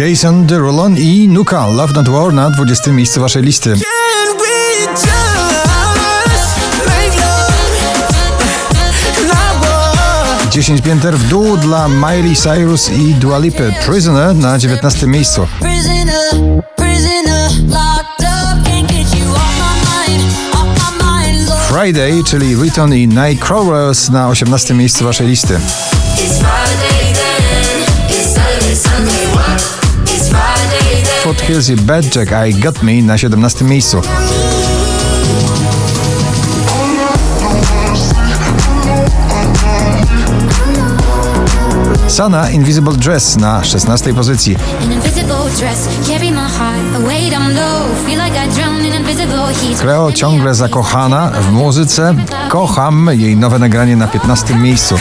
Jason Derulo i Nuka, Love Not War na 20. miejscu waszej listy. 10 pięter w dół dla Miley Cyrus i Dua Lipy. Prisoner na 19. miejscu. Friday, czyli Riton i Nightcrawlers na 18. miejscu waszej listy. Foothills i Bad Jack, I Got Me na 17. miejscu. Sana, Invisible Dress na 16. pozycji. Cleo, ciągle zakochana w muzyce. Kocham jej nowe nagranie na 15. miejscu.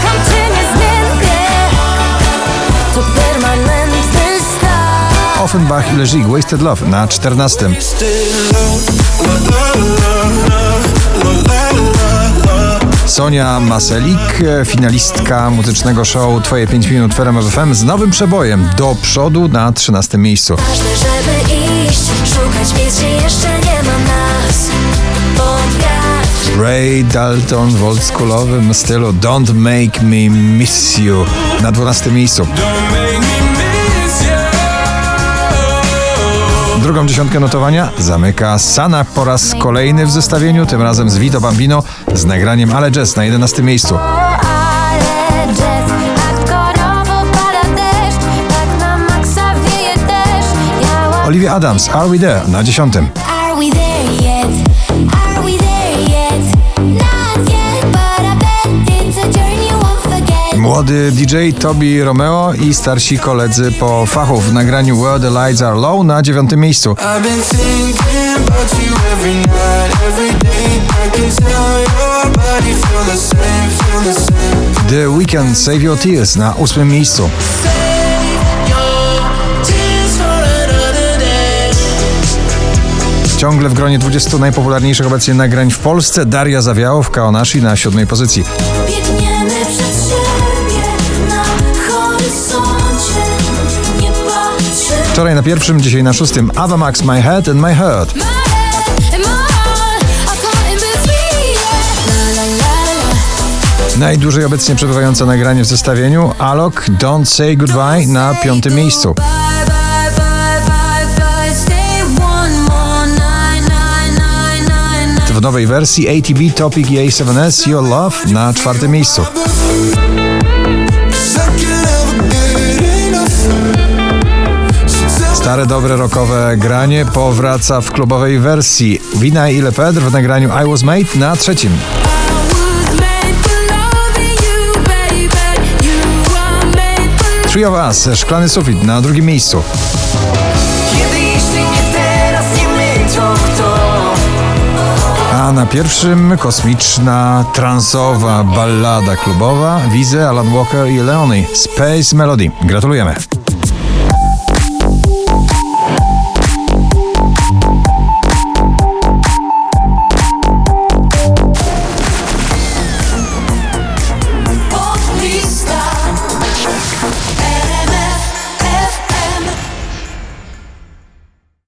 Offenbach i Leżik, Wasted Love na 14. Sonia Maselik, finalistka muzycznego show Twoje 5 minut w RMF FM z nowym przebojem Do przodu na 13. miejscu. Ważne, żeby iść, szukać miejsc, gdzie jeszcze nie ma nas. Ray Dalton w oldschoolowym stylu Don't Make Me Miss You na 12. miejscu. Drugą dziesiątkę notowania zamyka Sana po raz kolejny w zestawieniu, tym razem z Vito Bambino z nagraniem Ale Jazz na 11. miejscu. Olivia Adams, Are We There na 10. Młody DJ Toby Romeo i starsi koledzy po fachu w nagraniu Where the Lights Are Low na 9. miejscu. The Weeknd, Save Your Tears na 8. miejscu. Ciągle w gronie 20 najpopularniejszych obecnie nagrań w Polsce Daria Zawiałow, Kaonashi na 7. pozycji. Biegniemy przed siebie na horyzoncie, nie patrzę. Wczoraj na 1, dzisiaj na 6. Ava Max, My Head and My Heart. Najdłużej obecnie przebywające nagranie w zestawieniu Alok, Don't Say Goodbye na 5. miejscu. W nowej wersji ATB, Topic i A7S, Your Love na 4. miejscu. Stare, dobre rockowe granie powraca w klubowej wersji. Wina i Lepedre w nagraniu I Was Made na 3. Three of Us, Szklany sufit na 2. miejscu. A na 1 kosmiczna, transowa ballada klubowa Wizy, Alan Walker i Leonie, Space Melody. Gratulujemy.